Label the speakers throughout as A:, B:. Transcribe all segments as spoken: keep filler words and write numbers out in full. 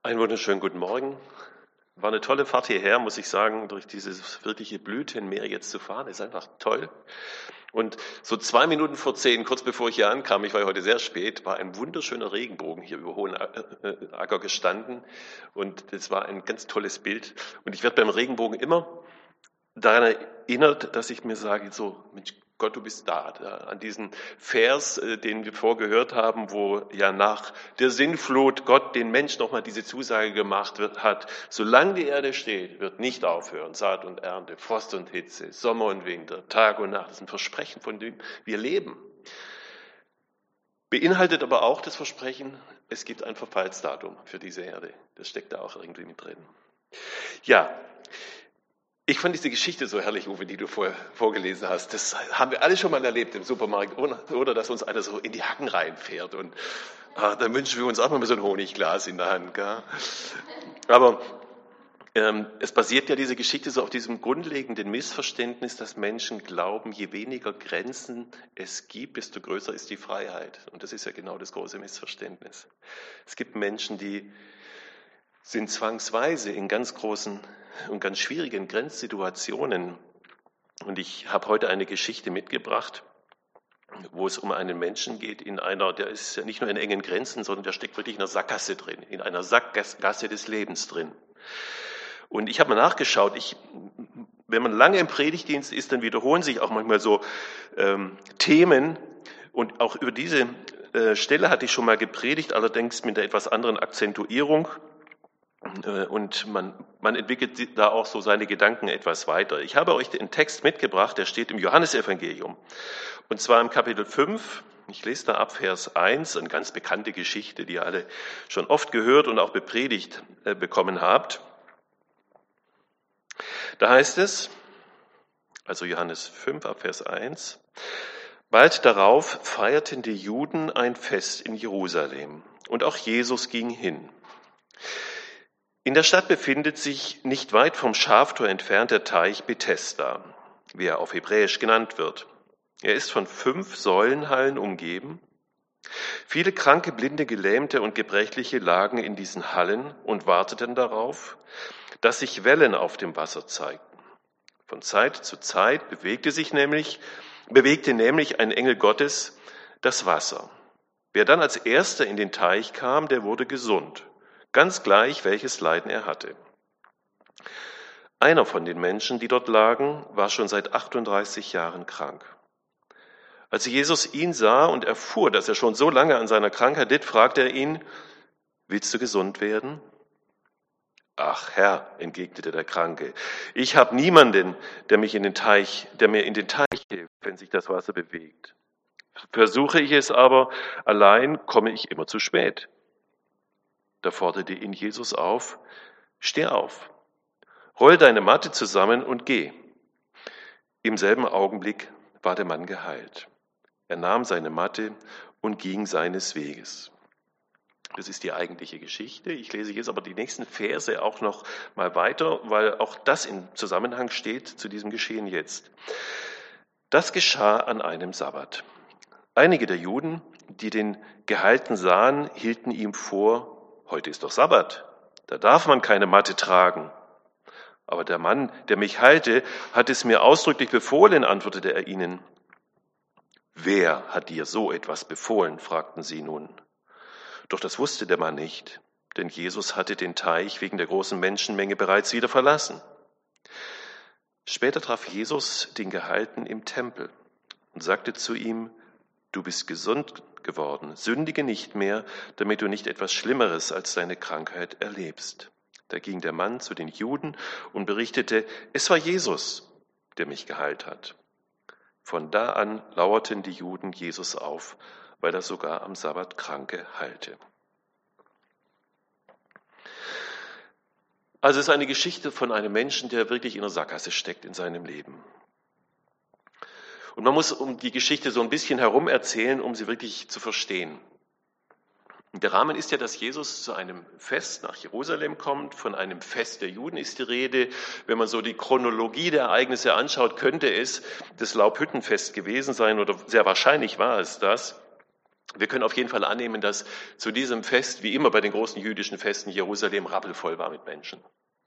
A: Einen wunderschönen guten Morgen. War eine tolle Fahrt hierher, muss ich sagen, durch dieses wirkliche Blütenmeer jetzt zu fahren, ist einfach toll. Und so zwei Minuten vor zehn, kurz bevor ich hier ankam, ich war ja heute sehr spät, war ein wunderschöner Regenbogen hier über Hohenacker gestanden und das war ein ganz tolles Bild. Und ich werde beim Regenbogen immer daran erinnert, dass ich mir sage, so, Mensch, Gott, du bist da, da, an diesen Vers, äh, den wir vorgehört haben, wo ja nach der Sintflut Gott den Menschen nochmal diese Zusage gemacht wird, hat, solange die Erde steht, wird nicht aufhören, Saat und Ernte, Frost und Hitze, Sommer und Winter, Tag und Nacht. Das ist ein Versprechen, von dem wir leben. Beinhaltet aber auch das Versprechen, es gibt ein Verfallsdatum für diese Erde. Das steckt da auch irgendwie mit drin. Ja, ich fand diese Geschichte so herrlich, Uwe, die du vorher vorgelesen hast. Das haben wir alle schon mal erlebt im Supermarkt, oder dass uns einer so in die Hacken reinfährt. Und ah, dann wünschen wir uns auch mal so ein Honigglas in der Hand. Gell? Aber ähm, es basiert ja diese Geschichte so auf diesem grundlegenden Missverständnis, dass Menschen glauben, je weniger Grenzen es gibt, desto größer ist die Freiheit. Und das ist ja genau das große Missverständnis. Es gibt Menschen, die sind zwangsweise in ganz großen und ganz schwierigen Grenzsituationen. Und ich habe heute eine Geschichte mitgebracht, wo es um einen Menschen geht, in einer, der ist ja nicht nur in engen Grenzen, sondern der steckt wirklich in einer Sackgasse drin, in einer Sackgasse des Lebens drin. Und ich habe mal nachgeschaut, ich, wenn man lange im Predigtdienst ist, dann wiederholen sich auch manchmal so ähm, Themen. Und auch über diese äh, Stelle hatte ich schon mal gepredigt, allerdings mit einer etwas anderen Akzentuierung. Und man, man entwickelt da auch so seine Gedanken etwas weiter. Ich habe euch den Text mitgebracht, der steht im Johannesevangelium. Und zwar im Kapitel fünf, ich lese da ab Vers eins, eine ganz bekannte Geschichte, die ihr alle schon oft gehört und auch bepredigt äh, bekommen habt. Da heißt es, also Johannes fünf ab Vers eins, bald darauf feierten die Juden ein Fest in Jerusalem und auch Jesus ging hin. In der Stadt befindet sich nicht weit vom Schaftor entfernt der Teich Bethesda, wie er auf Hebräisch genannt wird. Er ist von fünf Säulenhallen umgeben. Viele Kranke, Blinde, Gelähmte und Gebrechliche lagen in diesen Hallen und warteten darauf, dass sich Wellen auf dem Wasser zeigten. Von Zeit zu Zeit bewegte sich nämlich, bewegte nämlich ein Engel Gottes das Wasser. Wer dann als Erster in den Teich kam, der wurde gesund. Ganz gleich, welches Leiden er hatte. Einer von den Menschen, die dort lagen, war schon seit achtunddreißig Jahren krank. Als Jesus ihn sah und erfuhr, dass er schon so lange an seiner Krankheit litt, fragte er ihn, willst du gesund werden? Ach Herr, entgegnete der Kranke, ich habe niemanden, der mich in den Teich, der mir in den Teich hilft, wenn sich das Wasser bewegt. Versuche ich es aber, allein komme ich immer zu spät. Da forderte ihn Jesus auf, steh auf, roll deine Matte zusammen und geh. Im selben Augenblick war der Mann geheilt. Er nahm seine Matte und ging seines Weges. Das ist die eigentliche Geschichte. Ich lese jetzt aber die nächsten Verse auch noch mal weiter, weil auch das im Zusammenhang steht zu diesem Geschehen jetzt. Das geschah an einem Sabbat. Einige der Juden, die den Geheilten sahen, hielten ihm vor, heute ist doch Sabbat, da darf man keine Matte tragen. Aber der Mann, der mich heilte, hat es mir ausdrücklich befohlen, antwortete er ihnen. Wer hat dir so etwas befohlen, fragten sie nun. Doch das wusste der Mann nicht, denn Jesus hatte den Teich wegen der großen Menschenmenge bereits wieder verlassen. Später traf Jesus den Geheilten im Tempel und sagte zu ihm, du bist gesund geworden, sündige nicht mehr, damit du nicht etwas Schlimmeres als deine Krankheit erlebst. Da ging der Mann zu den Juden und berichtete, es war Jesus, der mich geheilt hat. Von da an lauerten die Juden Jesus auf, weil er sogar am Sabbat Kranke heilte. Also es ist eine Geschichte von einem Menschen, der wirklich in der Sackgasse steckt in seinem Leben. Und man muss um die Geschichte so ein bisschen herum erzählen, um sie wirklich zu verstehen. Der Rahmen ist ja, dass Jesus zu einem Fest nach Jerusalem kommt. Von einem Fest der Juden ist die Rede. Wenn man so die Chronologie der Ereignisse anschaut, könnte es das Laubhüttenfest gewesen sein oder sehr wahrscheinlich war es das. Wir können auf jeden Fall annehmen, dass zu diesem Fest, wie immer bei den großen jüdischen Festen, Jerusalem rappelvoll war mit Menschen.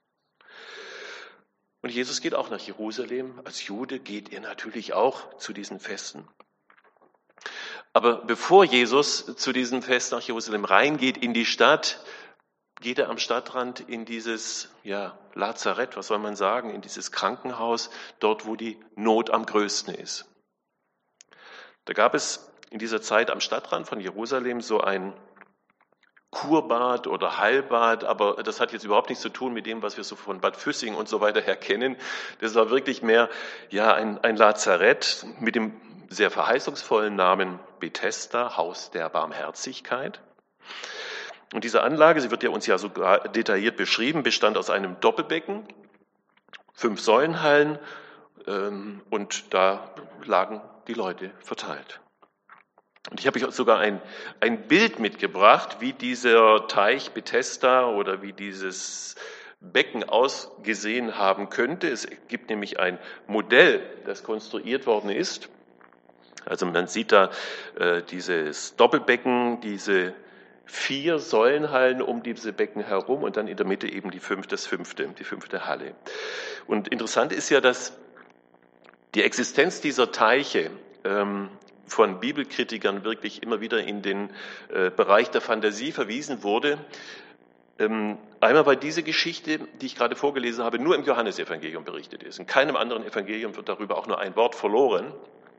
A: Und Jesus geht auch nach Jerusalem. Als Jude geht er natürlich auch zu diesen Festen. Aber bevor Jesus zu diesem Fest nach Jerusalem reingeht in die Stadt, geht er am Stadtrand in dieses ja, Lazarett, was soll man sagen, in dieses Krankenhaus, dort wo die Not am größten ist. Da gab es in dieser Zeit am Stadtrand von Jerusalem so ein Kurbad oder Heilbad, aber das hat jetzt überhaupt nichts zu tun mit dem, was wir so von Bad Füssing und so weiter her kennen. Das war wirklich mehr ja ein, ein Lazarett mit dem sehr verheißungsvollen Namen Bethesda, Haus der Barmherzigkeit. Und diese Anlage, sie wird ja uns ja sogar detailliert beschrieben, bestand aus einem Doppelbecken, fünf Säulenhallen ähm, und da lagen die Leute verteilt. Und ich habe euch sogar ein, ein Bild mitgebracht, wie dieser Teich Bethesda oder wie dieses Becken ausgesehen haben könnte. Es gibt nämlich ein Modell, das konstruiert worden ist. Also man sieht da äh, dieses Doppelbecken, diese vier Säulenhallen um diese Becken herum und dann in der Mitte eben die fünfte, das fünfte, die fünfte Halle. Und interessant ist ja, dass die Existenz dieser Teiche ähm, von Bibelkritikern wirklich immer wieder in den äh, Bereich der Fantasie verwiesen wurde. Ähm, einmal, weil diese Geschichte, die ich gerade vorgelesen habe, nur im Johannesevangelium berichtet ist. In keinem anderen Evangelium wird darüber auch nur ein Wort verloren.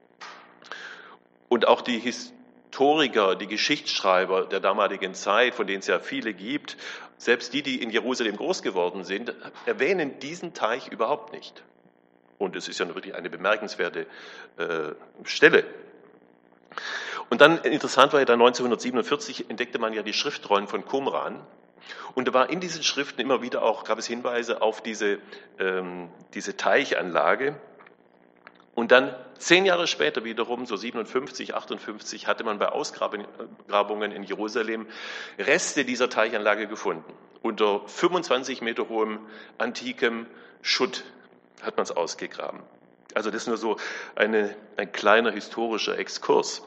A: Und auch die Historiker, die Geschichtsschreiber der damaligen Zeit, von denen es ja viele gibt, selbst die, die in Jerusalem groß geworden sind, erwähnen diesen Teich überhaupt nicht. Und es ist ja wirklich eine bemerkenswerte äh, Stelle. Und dann, interessant war ja, dann neunzehnhundertsiebenundvierzig entdeckte man ja die Schriftrollen von Qumran. Und da war in diesen Schriften immer wieder auch, gab es Hinweise auf diese, ähm, diese Teichanlage. Und dann zehn Jahre später wiederum, so siebenundfünfzig, achtundfünfzig, hatte man bei Ausgrabungen in Jerusalem Reste dieser Teichanlage gefunden. Unter fünfundzwanzig Meter hohem antikem Schutt hat man es ausgegraben. Also das ist nur so eine, ein kleiner historischer Exkurs.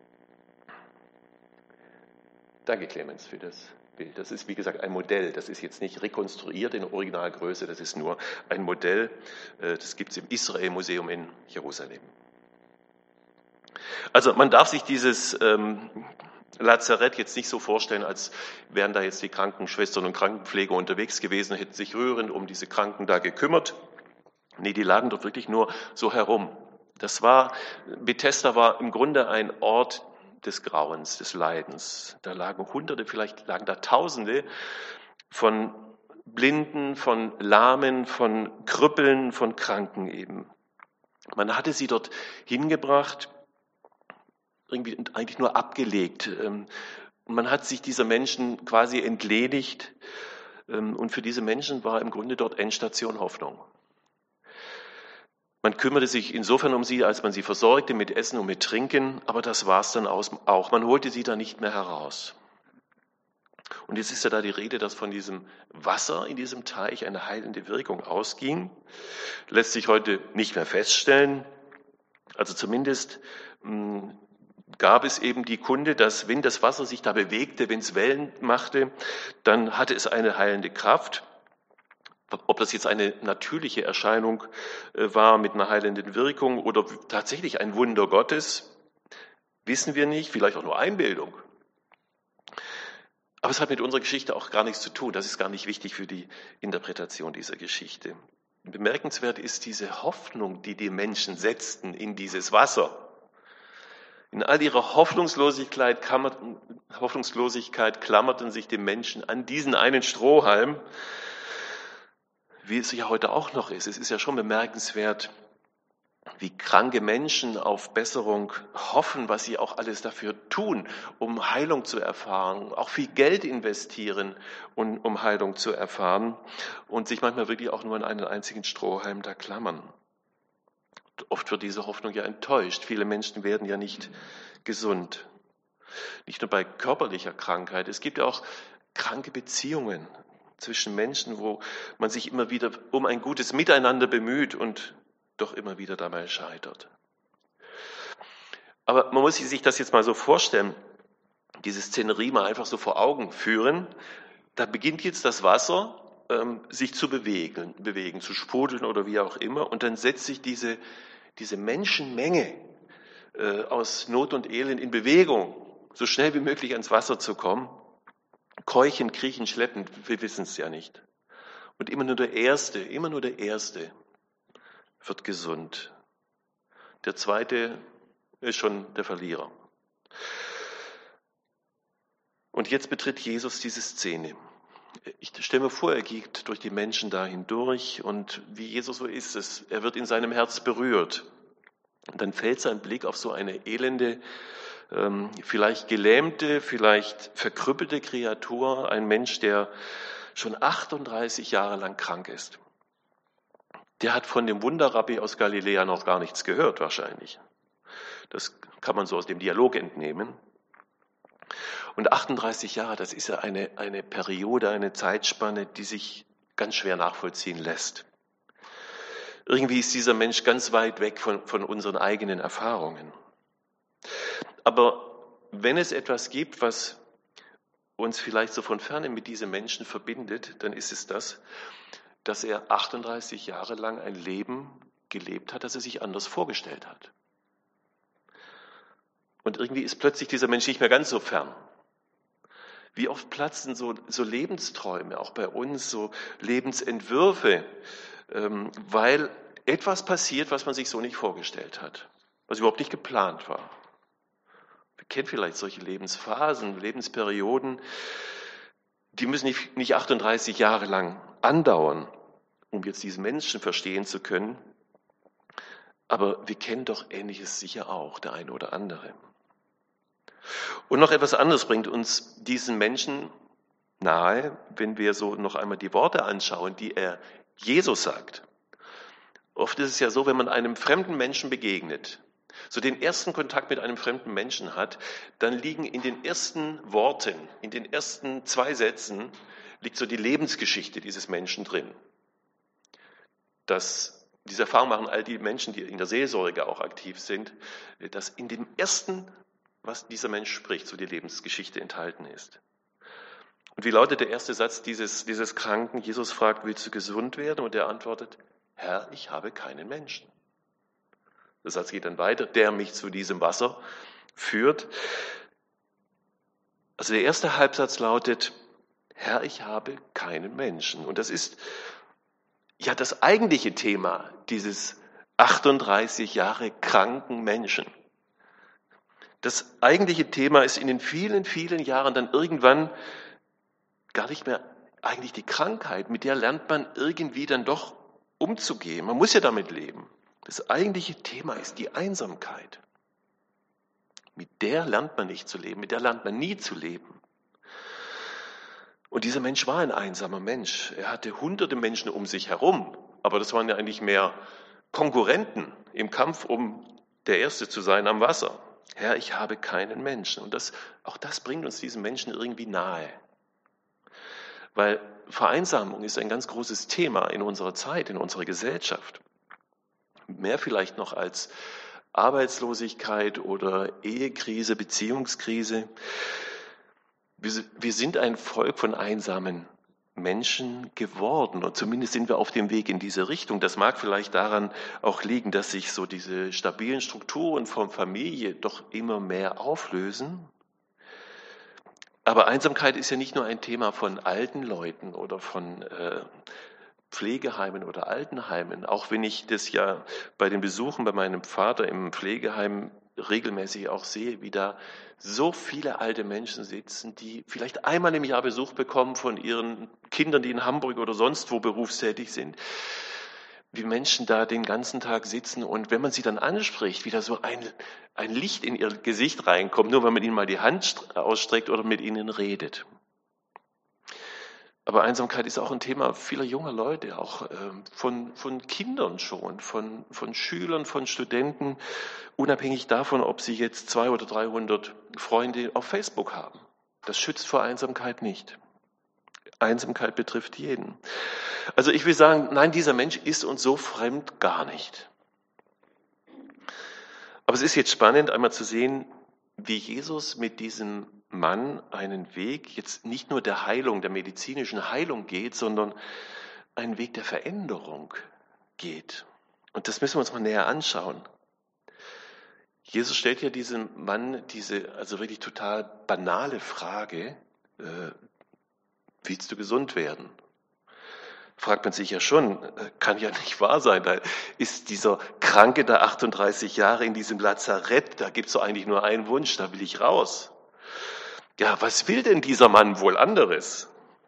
A: Danke, Clemens, für das Bild. Das ist, wie gesagt, ein Modell. Das ist jetzt nicht rekonstruiert in Originalgröße, das ist nur ein Modell. Das gibt es im Israel-Museum in Jerusalem. Also man darf sich dieses ähm, Lazarett jetzt nicht so vorstellen, als wären da jetzt die Krankenschwestern und Krankenpfleger unterwegs gewesen, hätten sich rührend um diese Kranken da gekümmert. Nee, die lagen dort wirklich nur so herum. Das war, Bethesda war im Grunde ein Ort des Grauens, des Leidens. Da lagen Hunderte, vielleicht lagen da Tausende von Blinden, von Lahmen, von Krüppeln, von Kranken eben. Man hatte sie dort hingebracht, irgendwie eigentlich nur abgelegt. Man hat sich dieser Menschen quasi entledigt und für diese Menschen war im Grunde dort Endstation Hoffnung. Man kümmerte sich insofern um sie, als man sie versorgte mit Essen und mit Trinken, aber das war es dann auch. Man holte sie da nicht mehr heraus. Und jetzt ist ja da die Rede, dass von diesem Wasser in diesem Teich eine heilende Wirkung ausging. Lässt sich heute nicht mehr feststellen. Also zumindest mh, gab es eben die Kunde, dass wenn das Wasser sich da bewegte, wenn es Wellen machte, dann hatte es eine heilende Kraft. Ob das jetzt eine natürliche Erscheinung war mit einer heilenden Wirkung oder tatsächlich ein Wunder Gottes, wissen wir nicht, vielleicht auch nur Einbildung. Aber es hat mit unserer Geschichte auch gar nichts zu tun. Das ist gar nicht wichtig für die Interpretation dieser Geschichte. Bemerkenswert ist diese Hoffnung, die die Menschen setzten in dieses Wasser. In all ihrer Hoffnungslosigkeit, Hoffnungslosigkeit klammerten sich die Menschen an diesen einen Strohhalm, wie es ja heute auch noch ist. Es ist ja schon bemerkenswert, wie kranke Menschen auf Besserung hoffen, was sie auch alles dafür tun, um Heilung zu erfahren, auch viel Geld investieren, um Heilung zu erfahren und sich manchmal wirklich auch nur an einen einzigen Strohhalm da klammern. Oft wird diese Hoffnung ja enttäuscht. Viele Menschen werden ja nicht gesund. Nicht nur bei körperlicher Krankheit, es gibt ja auch kranke Beziehungen zwischen Menschen, wo man sich immer wieder um ein gutes Miteinander bemüht und doch immer wieder dabei scheitert. Aber man muss sich das jetzt mal so vorstellen. diese Szenerie mal einfach so vor Augen führen. Da beginnt jetzt das Wasser ähm, sich zu bewegen, bewegen, zu sprudeln oder wie auch immer. Und dann setzt sich diese, diese Menschenmenge äh, aus Not und Elend in Bewegung, so schnell wie möglich ans Wasser zu kommen. Keuchen, kriechen, schleppen, wir wissen es ja nicht. Und immer nur der Erste, immer nur der Erste wird gesund. Der Zweite ist schon der Verlierer. Und jetzt betritt Jesus diese Szene. Ich stelle mir vor, er geht durch die Menschen da hindurch und wie Jesus so ist es, er wird in seinem Herz berührt. Und dann fällt sein Blick auf so eine elende, ähm, vielleicht gelähmte, vielleicht verkrüppelte Kreatur, ein Mensch, der schon achtunddreißig Jahre lang krank ist. Der hat von dem Wunderrabbi aus Galiläa noch gar nichts gehört wahrscheinlich. Das kann man so aus dem Dialog entnehmen. Und achtunddreißig Jahre, das ist ja eine, eine Periode, eine Zeitspanne, die sich ganz schwer nachvollziehen lässt. Irgendwie ist dieser Mensch ganz weit weg von, von unseren eigenen Erfahrungen. Aber wenn es etwas gibt, was uns vielleicht so von Ferne mit diesem Menschen verbindet, dann ist es das, dass er achtunddreißig Jahre lang ein Leben gelebt hat, das er sich anders vorgestellt hat. Und irgendwie ist plötzlich dieser Mensch nicht mehr ganz so fern. Wie oft platzen so, so Lebensträume, auch bei uns, so Lebensentwürfe, ähm, weil etwas passiert, was man sich so nicht vorgestellt hat, was überhaupt nicht geplant war. Wir kennen vielleicht solche Lebensphasen, Lebensperioden, die müssen nicht, nicht achtunddreißig Jahre lang andauern, um jetzt diesen Menschen verstehen zu können. Aber wir kennen doch Ähnliches sicher auch, der eine oder andere. Und noch etwas anderes bringt uns diesen Menschen nahe, wenn wir so noch einmal die Worte anschauen, die er Jesus sagt. Oft ist es ja so, wenn man einem fremden Menschen begegnet, so den ersten Kontakt mit einem fremden Menschen hat, dann liegen in den ersten Worten, in den ersten zwei Sätzen, liegt so die Lebensgeschichte dieses Menschen drin. Das, diese Erfahrung machen all die Menschen, die in der Seelsorge auch aktiv sind, dass in dem ersten, was dieser Mensch spricht, so die Lebensgeschichte enthalten ist. Und wie lautet der erste Satz dieses, dieses Kranken? Jesus fragt, willst du gesund werden? Und er antwortet, Herr, ich habe keinen Menschen. Der Satz geht dann weiter, der mich zu diesem Wasser führt. Also der erste Halbsatz lautet, Herr, ich habe keinen Menschen. Und das ist ja das eigentliche Thema dieses achtunddreißig Jahre kranken Menschen. Das eigentliche Thema ist in den vielen, vielen Jahren dann irgendwann gar nicht mehr eigentlich die Krankheit, mit der lernt man irgendwie dann doch umzugehen. Man muss ja damit leben. Das eigentliche Thema ist die Einsamkeit. Mit der lernt man nicht zu leben, mit der lernt man nie zu leben. Und dieser Mensch war ein einsamer Mensch. Er hatte hunderte Menschen um sich herum, aber das waren ja eigentlich mehr Konkurrenten im Kampf, um der Erste zu sein am Wasser. Herr, ich habe keinen Menschen. Und das, auch das bringt uns diesen Menschen irgendwie nahe. Weil Vereinsamung ist ein ganz großes Thema in unserer Zeit, in unserer Gesellschaft. Mehr vielleicht noch als Arbeitslosigkeit oder Ehekrise, Beziehungskrise. Wir, wir sind ein Volk von einsamen Menschen geworden und zumindest sind wir auf dem Weg in diese Richtung. Das mag vielleicht daran auch liegen, dass sich so diese stabilen Strukturen von Familie doch immer mehr auflösen. Aber Einsamkeit ist ja nicht nur ein Thema von alten Leuten oder von äh, Pflegeheimen oder Altenheimen. Auch wenn ich das ja bei den Besuchen bei meinem Vater im Pflegeheim regelmäßig auch sehe, wie da so viele alte Menschen sitzen, die vielleicht einmal im Jahr Besuch bekommen von ihren Kindern, die in Hamburg oder sonst wo berufstätig sind, wie Menschen da den ganzen Tag sitzen und wenn man sie dann anspricht, wieder so ein, ein Licht in ihr Gesicht reinkommt, nur wenn man ihnen mal die Hand ausstreckt oder mit ihnen redet. Aber Einsamkeit ist auch ein Thema vieler junger Leute, auch ähm, von, von Kindern schon, von, von Schülern, von Studenten, unabhängig davon, ob sie jetzt zweihundert oder dreihundert Freunde auf Facebook haben. Das schützt vor Einsamkeit nicht. Einsamkeit betrifft jeden. Also ich will sagen, nein, dieser Mensch ist uns so fremd gar nicht. Aber es ist jetzt spannend, einmal zu sehen, wie Jesus mit diesem Mann einen Weg jetzt nicht nur der Heilung, der medizinischen Heilung geht, sondern einen Weg der Veränderung geht. Und das müssen wir uns mal näher anschauen. Jesus stellt ja diesem Mann diese also wirklich total banale Frage, äh, willst du gesund werden? Fragt man sich ja schon, kann ja nicht wahr sein. Da ist dieser Kranke da achtunddreißig Jahre in diesem Lazarett, da gibt es doch eigentlich nur einen Wunsch, da will ich raus. Ja, was will denn dieser Mann wohl anderes?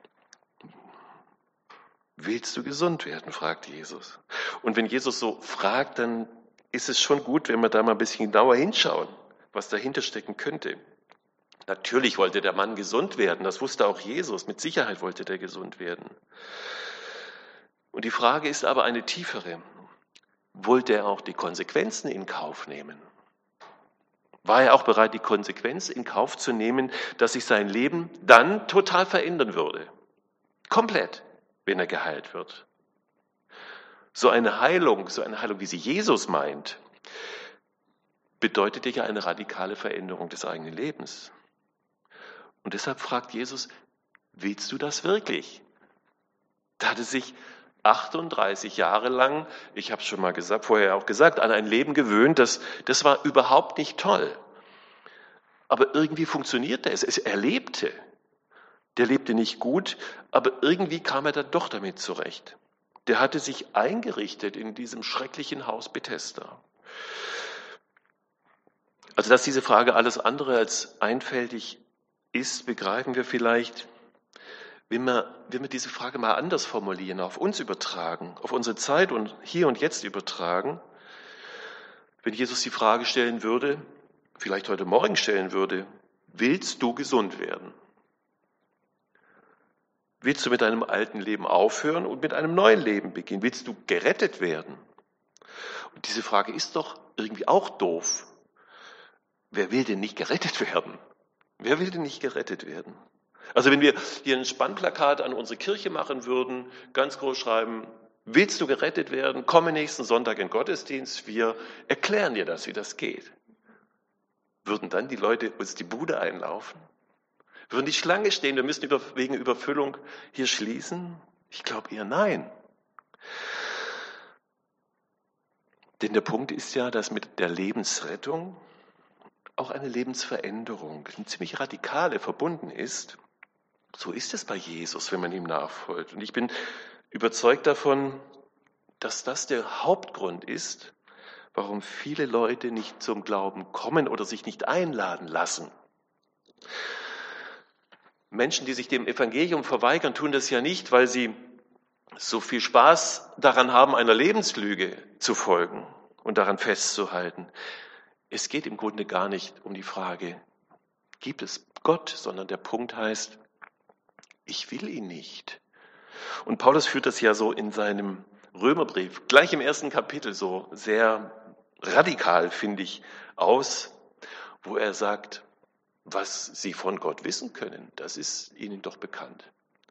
A: Willst du gesund werden, fragt Jesus. Und wenn Jesus so fragt, dann ist es schon gut, wenn wir da mal ein bisschen genauer hinschauen, was dahinter stecken könnte. Natürlich wollte der Mann gesund werden, das wusste auch Jesus, mit Sicherheit wollte der gesund werden. Und die Frage ist aber eine tiefere. Wollte er auch die Konsequenzen in Kauf nehmen? War er auch bereit, die Konsequenz in Kauf zu nehmen, dass sich sein Leben dann total verändern würde? Komplett, wenn er geheilt wird. So eine Heilung, so eine Heilung, wie sie Jesus meint, bedeutet ja eine radikale Veränderung des eigenen Lebens. Und deshalb fragt Jesus, willst du das wirklich? Da hatte sich achtunddreißig Jahre lang, ich habe es schon mal gesagt, vorher auch gesagt, an ein Leben gewöhnt, das, das war überhaupt nicht toll. Aber irgendwie funktionierte es. es. Er lebte. Der lebte nicht gut, aber irgendwie kam er dann doch damit zurecht. Der hatte sich eingerichtet in diesem schrecklichen Haus Bethesda. Also, dass diese Frage alles andere als einfältig ist, begreifen wir vielleicht, wenn wir, wenn wir diese Frage mal anders formulieren, auf uns übertragen, auf unsere Zeit und hier und jetzt übertragen. Wenn Jesus die Frage stellen würde, vielleicht heute Morgen stellen würde, willst du gesund werden? Willst du mit deinem alten Leben aufhören und mit einem neuen Leben beginnen? Willst du gerettet werden? Und diese Frage ist doch irgendwie auch doof. Wer will denn nicht gerettet werden? Wer will denn nicht gerettet werden? Also wenn wir hier ein Spannplakat an unsere Kirche machen würden, ganz groß schreiben, willst du gerettet werden? Komme nächsten Sonntag in den Gottesdienst, wir erklären dir das, wie das geht. Würden dann die Leute uns die Bude einlaufen? Würden die Schlange stehen, wir müssen über, wegen Überfüllung hier schließen? Ich glaube eher nein. Denn der Punkt ist ja, dass mit der Lebensrettung auch eine Lebensveränderung, eine ziemlich radikale, verbunden ist. So ist es bei Jesus, wenn man ihm nachfolgt. Und ich bin überzeugt davon, dass das der Hauptgrund ist, warum viele Leute nicht zum Glauben kommen oder sich nicht einladen lassen. Menschen, die sich dem Evangelium verweigern, tun das ja nicht, weil sie so viel Spaß daran haben, einer Lebenslüge zu folgen und daran festzuhalten. Es geht im Grunde gar nicht um die Frage, gibt es Gott, sondern der Punkt heißt, ich will ihn nicht. Und Paulus führt das ja so in seinem Römerbrief, gleich im ersten Kapitel so sehr radikal, finde ich, aus, wo er sagt, was sie von Gott wissen können, das ist ihnen doch bekannt.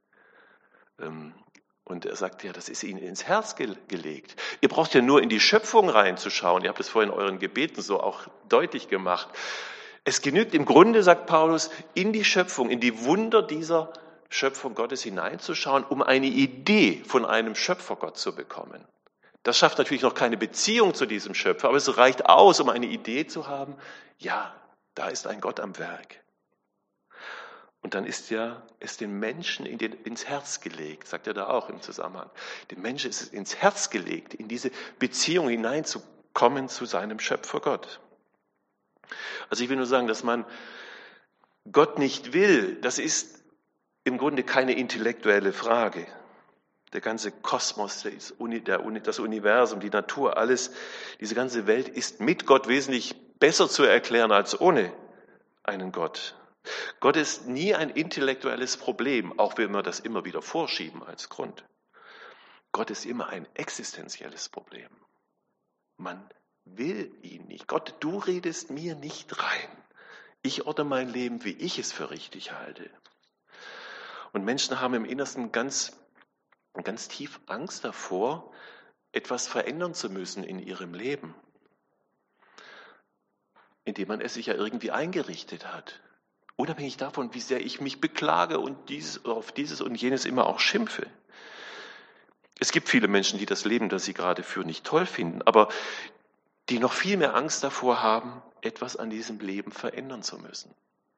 A: Und er sagt ja, das ist ihnen ins Herz gelegt. Ihr braucht ja nur in die Schöpfung reinzuschauen. Ihr habt es vorhin in euren Gebeten so auch deutlich gemacht. Es genügt im Grunde, sagt Paulus, in die Schöpfung, in die Wunder dieser Schöpfung Gottes hineinzuschauen, um eine Idee von einem Schöpfergott zu bekommen. Das schafft natürlich noch keine Beziehung zu diesem Schöpfer, aber es reicht aus, um eine Idee zu haben, ja, da ist ein Gott am Werk. Und dann ist ja es den Menschen in den, ins Herz gelegt, sagt er da auch im Zusammenhang. Den Menschen ist es ins Herz gelegt, in diese Beziehung hineinzukommen zu seinem Schöpfer Gott. Also ich will nur sagen, dass man Gott nicht will, das ist im Grunde keine intellektuelle Frage. Der ganze Kosmos, das Universum, die Natur, alles, diese ganze Welt ist mit Gott wesentlich besser zu erklären als ohne einen Gott. Gott ist nie ein intellektuelles Problem, auch wenn wir das immer wieder vorschieben als Grund. Gott ist immer ein existenzielles Problem. Man will ihn nicht. Gott, du redest mir nicht rein. Ich ordne mein Leben, wie ich es für richtig halte. Und Menschen haben im Innersten ganz, ganz tief Angst davor, etwas verändern zu müssen in ihrem Leben. Indem man es sich ja irgendwie eingerichtet hat. Unabhängig davon, wie sehr ich mich beklage und dieses, auf dieses und jenes immer auch schimpfe. Es gibt viele Menschen, die das Leben, das sie gerade führen, nicht toll finden, aber die noch viel mehr Angst davor haben, etwas an diesem Leben verändern zu müssen.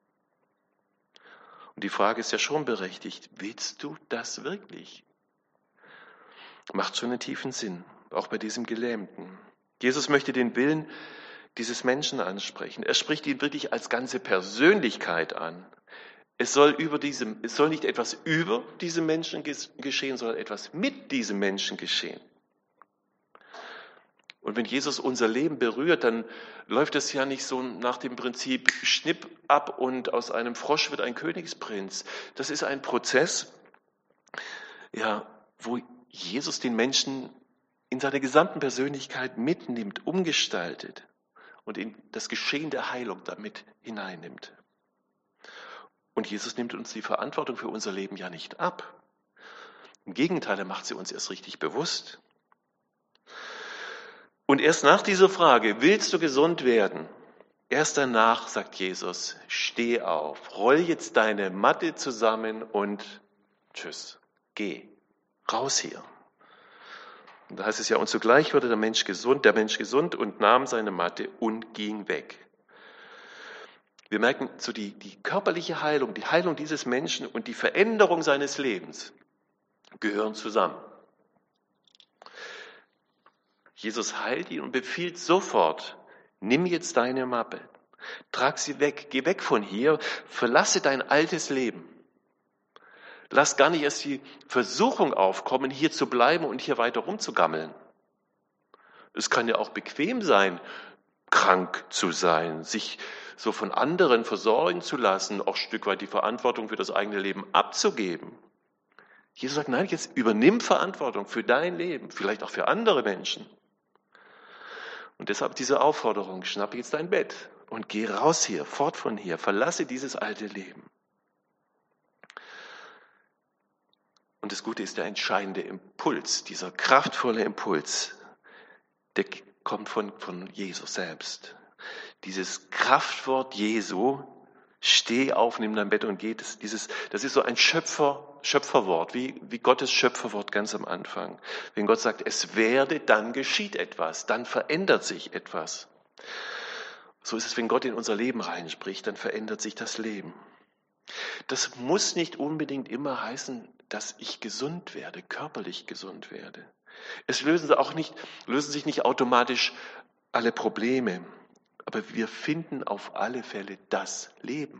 A: Und die Frage ist ja schon berechtigt, willst du das wirklich? Macht schon einen tiefen Sinn, auch bei diesem Gelähmten. Jesus möchte den Willen dieses Menschen ansprechen. Er spricht ihn wirklich als ganze Persönlichkeit an. Es soll, über diesem, es soll nicht etwas über diesem Menschen geschehen, sondern etwas mit diesem Menschen geschehen. Und wenn Jesus unser Leben berührt, dann läuft es ja nicht so nach dem Prinzip Schnipp ab und aus einem Frosch wird ein Königsprinz. Das ist ein Prozess, ja, wo Jesus den Menschen in seiner gesamten Persönlichkeit mitnimmt, umgestaltet und in das Geschehen der Heilung damit hineinnimmt. Und Jesus nimmt uns die Verantwortung für unser Leben ja nicht ab. Im Gegenteil, er macht sie uns erst richtig bewusst. Und erst nach dieser Frage, willst du gesund werden? Erst danach sagt Jesus, steh auf, roll jetzt deine Matte zusammen und tschüss, geh, raus hier. Und da heißt es ja, und zugleich wurde der Mensch gesund, der Mensch gesund und nahm seine Matte und ging weg. Wir merken, so die, die körperliche Heilung, die Heilung dieses Menschen und die Veränderung seines Lebens gehören zusammen. Jesus heilt ihn und befiehlt sofort, nimm jetzt deine Mappe, trag sie weg, geh weg von hier, verlasse dein altes Leben. Lass gar nicht erst die Versuchung aufkommen, hier zu bleiben und hier weiter rumzugammeln. Es kann ja auch bequem sein, krank zu sein, sich so von anderen versorgen zu lassen, auch ein Stück weit die Verantwortung für das eigene Leben abzugeben. Jesus sagt, nein, jetzt übernimm Verantwortung für dein Leben, vielleicht auch für andere Menschen. Und deshalb diese Aufforderung, schnapp jetzt dein Bett und geh raus hier, fort von hier, verlasse dieses alte Leben. Und das Gute ist der entscheidende Impuls, dieser kraftvolle Impuls, der kommt von, von Jesus selbst. Dieses Kraftwort Jesu, steh auf, nimm dein Bett und geh, das, dieses, das ist so ein Schöpfer, Schöpferwort, wie, wie Gottes Schöpferwort ganz am Anfang. Wenn Gott sagt, es werde, dann geschieht etwas, dann verändert sich etwas. So ist es, wenn Gott in unser Leben reinspricht, dann verändert sich das Leben. Das muss nicht unbedingt immer heißen, dass ich gesund werde, körperlich gesund werde. Es lösen, auch nicht, lösen sich nicht automatisch alle Probleme, aber wir finden auf alle Fälle das Leben.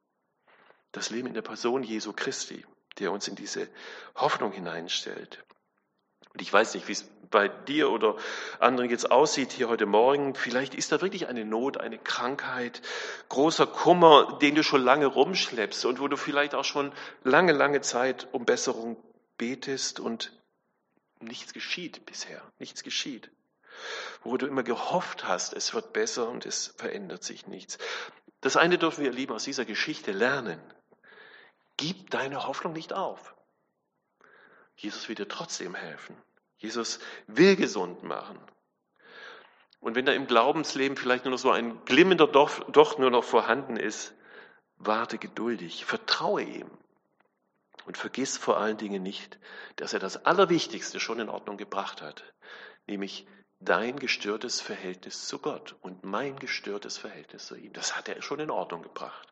A: Das Leben in der Person Jesu Christi, der uns in diese Hoffnung hineinstellt. Und ich weiß nicht, wie es bei dir oder anderen jetzt aussieht hier heute Morgen. Vielleicht ist da wirklich eine Not, eine Krankheit, großer Kummer, den du schon lange rumschleppst und wo du vielleicht auch schon lange, lange Zeit um Besserung betest und nichts geschieht bisher, nichts geschieht. Wo du immer gehofft hast, es wird besser und es verändert sich nichts. Das eine dürfen wir, Lieben, aus dieser Geschichte lernen. Gib deine Hoffnung nicht auf. Jesus will dir trotzdem helfen. Jesus will gesund machen. Und wenn da im Glaubensleben vielleicht nur noch so ein glimmender Doch, doch nur noch vorhanden ist, warte geduldig, vertraue ihm. Und vergiss vor allen Dingen nicht, dass er das Allerwichtigste schon in Ordnung gebracht hat, nämlich dein gestörtes Verhältnis zu Gott und mein gestörtes Verhältnis zu ihm. Das hat er schon in Ordnung gebracht.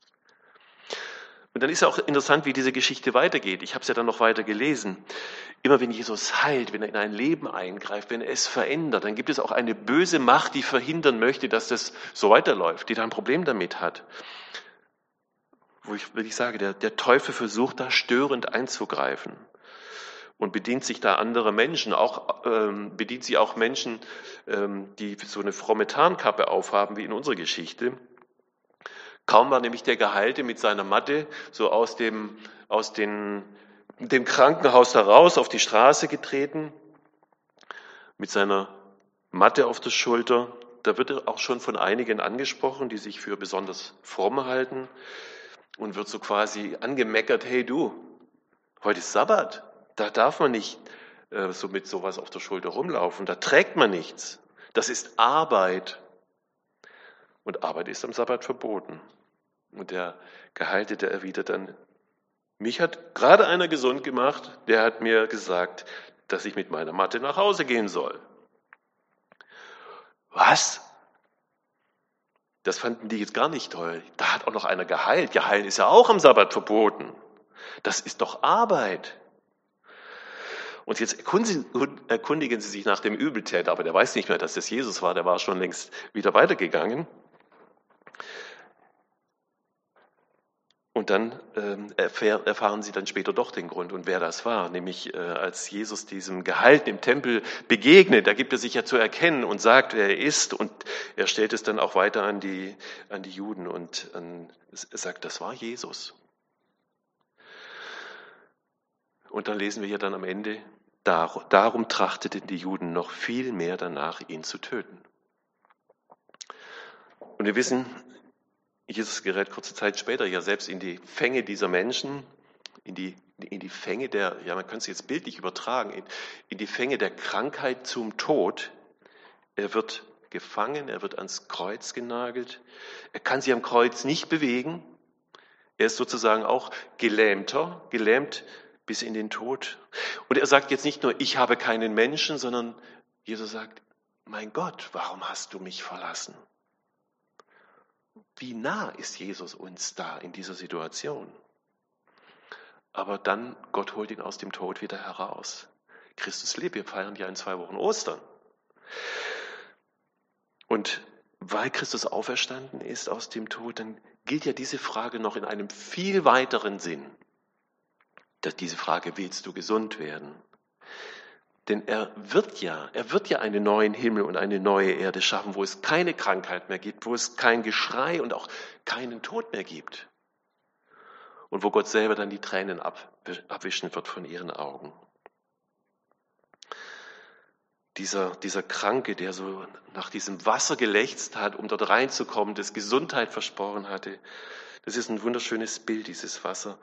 A: Und dann ist ja auch interessant, wie diese Geschichte weitergeht. Ich habe es ja dann noch weiter gelesen. Immer wenn Jesus heilt, wenn er in ein Leben eingreift, wenn er es verändert, dann gibt es auch eine böse Macht, die verhindern möchte, dass das so weiterläuft, die da ein Problem damit hat. Wo ich wirklich sage, der, der Teufel versucht da störend einzugreifen und bedient sich da anderer Menschen, auch ähm, bedient sie auch Menschen, ähm, die so eine fromme Tarnkappe aufhaben, wie in unserer Geschichte. Kaum war nämlich der Geheilte mit seiner Matte so aus dem, aus den, dem Krankenhaus heraus auf die Straße getreten, mit seiner Matte auf der Schulter. Da wird er auch schon von einigen angesprochen, die sich für besonders fromm halten und wird so quasi angemeckert, hey du, heute ist Sabbat, da darf man nicht äh, so mit sowas auf der Schulter rumlaufen, da trägt man nichts, das ist Arbeit. Und Arbeit ist am Sabbat verboten. Und der Geheilte, der erwidert dann, mich hat gerade einer gesund gemacht, der hat mir gesagt, dass ich mit meiner Matte nach Hause gehen soll. Was? Das fanden die jetzt gar nicht toll. Da hat auch noch einer geheilt. Ja, heilen ist ja auch am Sabbat verboten. Das ist doch Arbeit. Und jetzt erkundigen sie sich nach dem Übeltäter, aber der weiß nicht mehr, dass das Jesus war, der war schon längst wieder weitergegangen. Und dann ähm, erfahr, erfahren sie dann später doch den Grund und wer das war, nämlich äh, als Jesus diesem Gehalten im Tempel begegnet, da gibt er sich ja zu erkennen und sagt, wer er ist, und er stellt es dann auch weiter an die, an die Juden und an, er sagt, das war Jesus. Und dann lesen wir ja dann am Ende, dar, darum trachteten die Juden noch viel mehr danach, ihn zu töten. Und wir wissen, Jesus gerät kurze Zeit später ja selbst in die Fänge dieser Menschen, in die, in die Fänge der, ja man kann es jetzt bildlich übertragen, in, in die Fänge der Krankheit zum Tod. Er wird gefangen, er wird ans Kreuz genagelt, er kann sich am Kreuz nicht bewegen, er ist sozusagen auch Gelähmter, gelähmt bis in den Tod. Und er sagt jetzt nicht nur, ich habe keinen Menschen, sondern Jesus sagt, mein Gott, warum hast du mich verlassen? Wie nah ist Jesus uns da in dieser Situation? Aber dann, Gott holt ihn aus dem Tod wieder heraus. Christus lebt, wir feiern ja in zwei Wochen Ostern. Und weil Christus auferstanden ist aus dem Tod, dann gilt ja diese Frage noch in einem viel weiteren Sinn. Dass diese Frage, willst du gesund werden? Denn er wird ja, er wird ja einen neuen Himmel und eine neue Erde schaffen, wo es keine Krankheit mehr gibt, wo es kein Geschrei und auch keinen Tod mehr gibt. Und wo Gott selber dann die Tränen abwischen wird von ihren Augen. Dieser, dieser Kranke, der so nach diesem Wasser gelächzt hat, um dort reinzukommen, das Gesundheit versprochen hatte, das ist ein wunderschönes Bild, dieses Wasser.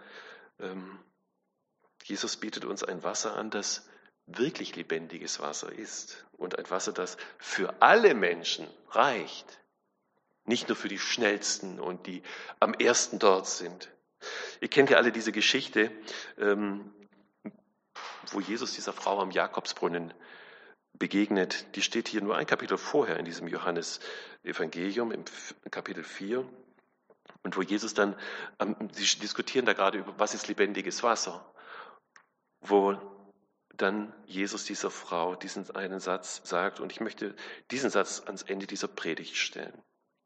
A: Jesus bietet uns ein Wasser an, das wirklich lebendiges Wasser ist und ein Wasser, das für alle Menschen reicht, nicht nur für die Schnellsten und die am ersten dort sind. Ihr kennt ja alle diese Geschichte, ähm, wo Jesus dieser Frau am Jakobsbrunnen begegnet. Die steht hier nur ein Kapitel vorher in diesem Johannes-Evangelium, im Kapitel vier. Und wo Jesus dann, ähm, sie diskutieren da gerade über, was ist lebendiges Wasser, wo dann Jesus dieser Frau diesen einen Satz sagt, und ich möchte diesen Satz ans Ende dieser Predigt stellen.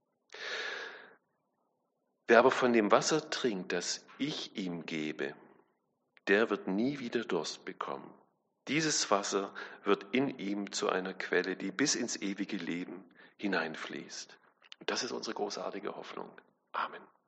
A: Wer aber von dem Wasser trinkt, das ich ihm gebe, der wird nie wieder Durst bekommen. Dieses Wasser wird in ihm zu einer Quelle, die bis ins ewige Leben hineinfließt. Und das ist unsere großartige Hoffnung. Amen.